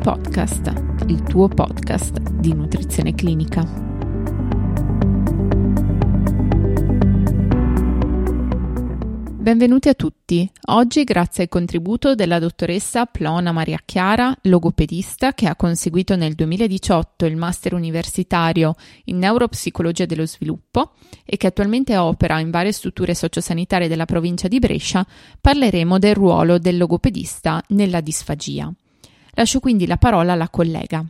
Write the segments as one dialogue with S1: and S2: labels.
S1: Podcast, il tuo podcast di nutrizione clinica. Benvenuti a tutti. Oggi, grazie al contributo della dottoressa Plona Maria Chiara, logopedista che ha conseguito nel 2018 il master universitario in neuropsicologia dello sviluppo e che attualmente opera in varie strutture sociosanitarie della provincia di Brescia, parleremo del ruolo del logopedista nella disfagia. Lascio quindi la parola alla collega.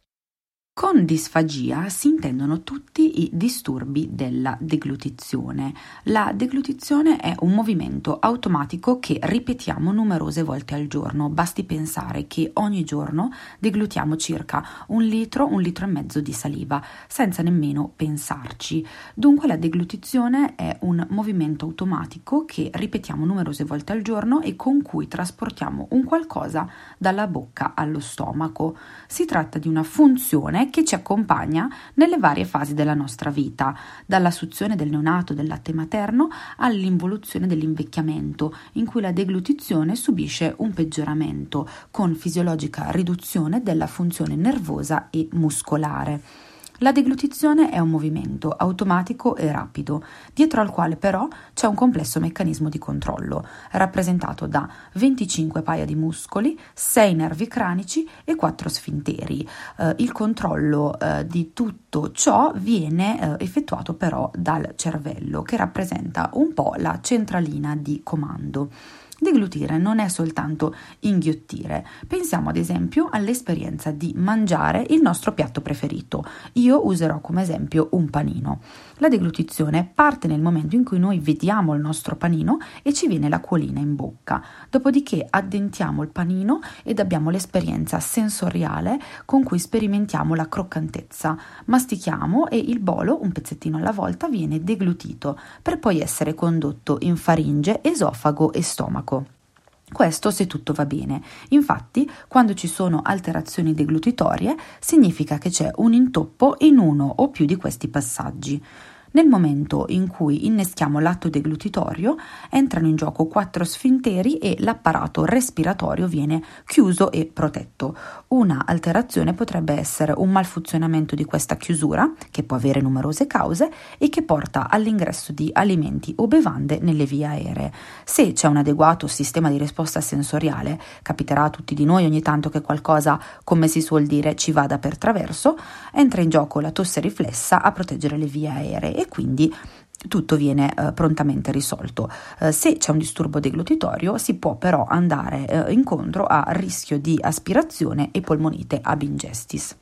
S2: Con disfagia si intendono tutti i disturbi della deglutizione. La deglutizione è un movimento automatico che ripetiamo numerose volte al giorno. Basti pensare che ogni giorno deglutiamo circa un litro e mezzo di saliva, senza nemmeno pensarci. Dunque la deglutizione è un movimento automatico che ripetiamo numerose volte al giorno e con cui trasportiamo un qualcosa dalla bocca allo stomaco. Si tratta di una funzione che ci accompagna nelle varie fasi della nostra vita, dalla suzione del neonato del latte materno all'involuzione dell'invecchiamento, in cui la deglutizione subisce un peggioramento con fisiologica riduzione della funzione nervosa e muscolare. La deglutizione è un movimento automatico e rapido, dietro al quale però c'è un complesso meccanismo di controllo, rappresentato da 25 paia di muscoli, 6 nervi cranici e 4 sfinteri. Il controllo di tutto ciò viene effettuato però dal cervello, che rappresenta un po' la centralina di comando. Deglutire non è soltanto inghiottire. Pensiamo ad esempio all'esperienza di mangiare il nostro piatto preferito. Io userò come esempio un panino. La deglutizione parte nel momento in cui noi vediamo il nostro panino e ci viene l'acquolina in bocca. Dopodiché addentiamo il panino ed abbiamo l'esperienza sensoriale con cui sperimentiamo la croccantezza. Mastichiamo e il bolo, un pezzettino alla volta, viene deglutito per poi essere condotto in faringe, esofago e stomaco. Questo se tutto va bene. Infatti, quando ci sono alterazioni deglutitorie, significa che c'è un intoppo in uno o più di questi passaggi. Nel momento in cui inneschiamo l'atto deglutitorio, entrano in gioco 4 sfinteri e l'apparato respiratorio viene chiuso e protetto. Una alterazione potrebbe essere un malfunzionamento di questa chiusura, che può avere numerose cause e che porta all'ingresso di alimenti o bevande nelle vie aeree. Se c'è un adeguato sistema di risposta sensoriale, capiterà a tutti di noi ogni tanto che qualcosa, come si suol dire, ci vada per traverso, entra in gioco la tosse riflessa a proteggere le vie aeree e quindi tutto viene prontamente risolto. Se c'è un disturbo deglutitorio si può però andare incontro a rischio di aspirazione e polmonite ab ingestis.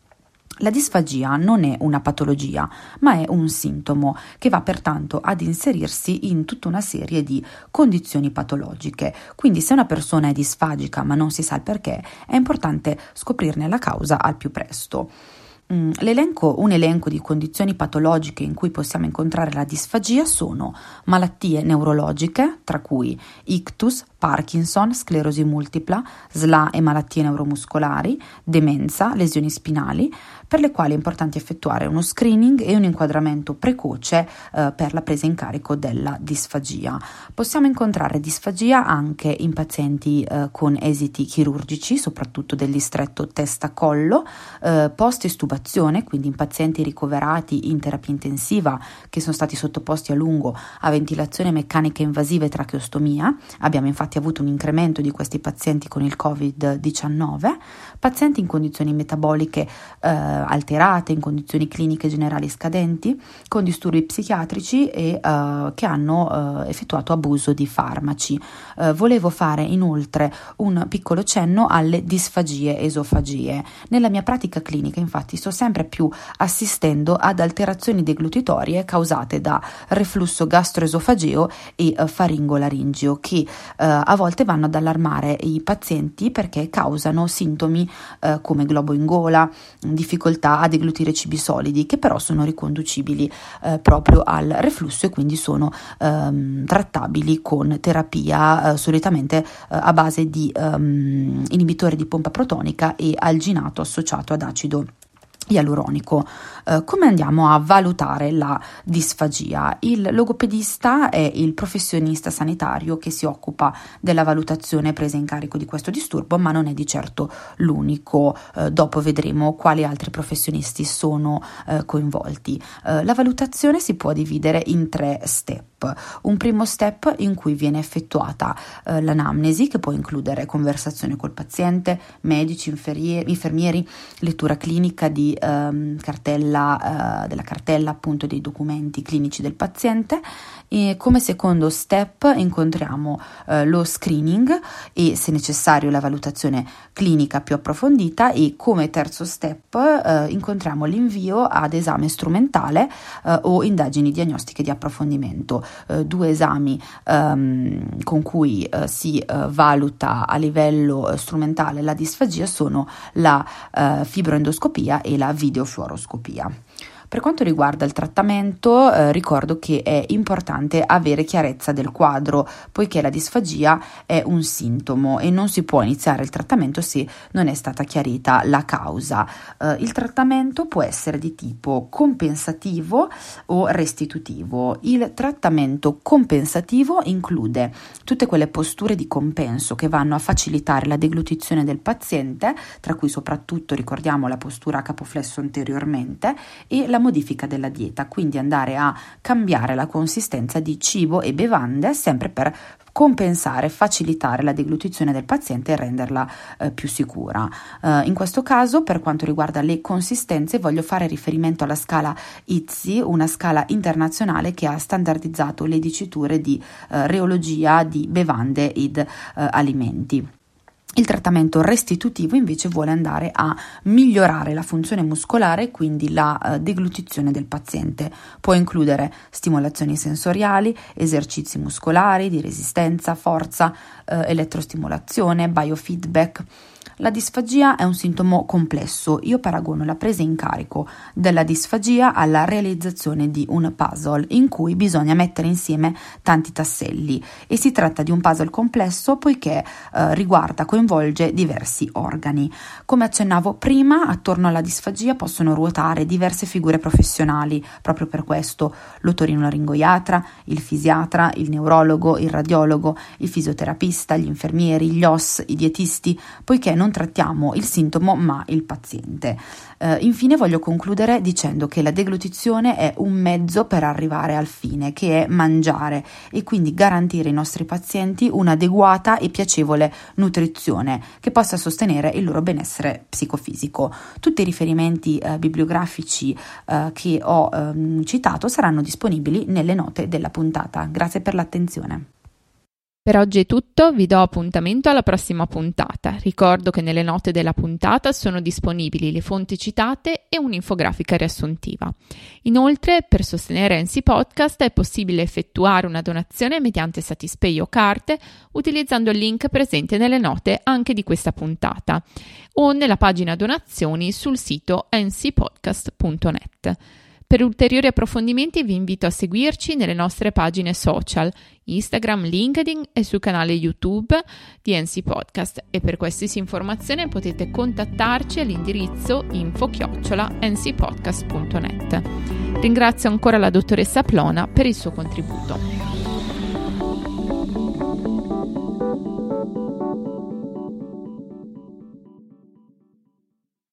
S2: La disfagia non è una patologia, ma è un sintomo che va pertanto ad inserirsi in tutta una serie di condizioni patologiche. Quindi se una persona è disfagica ma non si sa il perché, è importante scoprirne la causa al più presto. Un elenco di condizioni patologiche in cui possiamo incontrare la disfagia sono malattie neurologiche, tra cui ictus, Parkinson, sclerosi multipla, SLA e malattie neuromuscolari, demenza, lesioni spinali, per le quali è importante effettuare uno screening e un inquadramento precoce per la presa in carico della disfagia. Possiamo incontrare disfagia anche in pazienti con esiti chirurgici, soprattutto del distretto testa-collo, post-estubazione, quindi in pazienti ricoverati in terapia intensiva che sono stati sottoposti a lungo a ventilazione meccanica invasiva e tracheostomia. Abbiamo infatti avuto un incremento di questi pazienti con il Covid-19, pazienti in condizioni metaboliche alterate, in condizioni cliniche generali scadenti, con disturbi psichiatrici e che hanno effettuato abuso di farmaci. Volevo fare inoltre un piccolo cenno alle disfagie esofagie. Nella mia pratica clinica, infatti, sto sempre più assistendo ad alterazioni deglutitorie causate da reflusso gastroesofageo e faringolaringeo che a volte vanno ad allarmare i pazienti perché causano sintomi come globo in gola, difficoltà a deglutire cibi solidi, che però sono riconducibili proprio al reflusso e quindi sono trattabili con terapia solitamente a base di inibitore di pompa protonica e alginato associato ad acido ialuronico. Come andiamo a valutare la disfagia? Il logopedista è il professionista sanitario che si occupa della valutazione e presa in carico di questo disturbo, ma non è di certo l'unico. Dopo vedremo quali altri professionisti sono coinvolti. La valutazione si può dividere in 3 step. Un primo step in cui viene effettuata l'anamnesi, che può includere conversazione col paziente, medici, infermieri, lettura clinica di della cartella appunto dei documenti clinici del paziente, e come secondo step incontriamo lo screening e, se necessario, la valutazione clinica più approfondita, e come terzo step incontriamo l'invio ad esame strumentale o indagini diagnostiche di approfondimento. 2 esami con cui si valuta a livello strumentale la disfagia sono la fibroendoscopia e la videofluoroscopia. Per quanto riguarda il trattamento, ricordo che è importante avere chiarezza del quadro, poiché la disfagia è un sintomo e non si può iniziare il trattamento se non è stata chiarita la causa. Il trattamento può essere di tipo compensativo o restitutivo. Il trattamento compensativo include tutte quelle posture di compenso che vanno a facilitare la deglutizione del paziente, tra cui soprattutto ricordiamo la postura a capoflesso anteriormente e la modifica della dieta, quindi andare a cambiare la consistenza di cibo e bevande, sempre per compensare, facilitare la deglutizione del paziente e renderla più sicura. In questo caso, per quanto riguarda le consistenze, voglio fare riferimento alla scala ITSI, una scala internazionale che ha standardizzato le diciture di reologia di bevande ed alimenti. Il trattamento restitutivo invece vuole andare a migliorare la funzione muscolare, quindi la deglutizione del paziente. Può includere stimolazioni sensoriali, esercizi muscolari di resistenza, forza, elettrostimolazione, biofeedback. La disfagia è un sintomo complesso. Io paragono la presa in carico della disfagia alla realizzazione di un puzzle in cui bisogna mettere insieme tanti tasselli, e si tratta di un puzzle complesso poiché coinvolge diversi organi. Come accennavo prima, attorno alla disfagia possono ruotare diverse figure professionali, proprio per questo l'otorinolaringoiatra, il fisiatra, il neurologo, il radiologo, il fisioterapista, gli infermieri, gli OS, i dietisti, poiché non trattiamo il sintomo ma il paziente. Infine voglio concludere dicendo che la deglutizione è un mezzo per arrivare al fine, che è mangiare, e quindi garantire ai nostri pazienti un'adeguata e piacevole nutrizione che possa sostenere il loro benessere psicofisico. Tutti i riferimenti bibliografici che ho citato saranno disponibili nelle note della puntata. Grazie per l'attenzione.
S1: Per oggi è tutto, vi do appuntamento alla prossima puntata. Ricordo che nelle note della puntata sono disponibili le fonti citate e un'infografica riassuntiva. Inoltre, per sostenere NC Podcast è possibile effettuare una donazione mediante Satispay o carte utilizzando il link presente nelle note anche di questa puntata o nella pagina donazioni sul sito ncpodcast.net. Per ulteriori approfondimenti vi invito a seguirci nelle nostre pagine social, Instagram, LinkedIn e sul canale YouTube di NC Podcast, e per qualsiasi informazione potete contattarci all'indirizzo info@ncpodcast.net. Ringrazio ancora la dottoressa Plona per il suo contributo.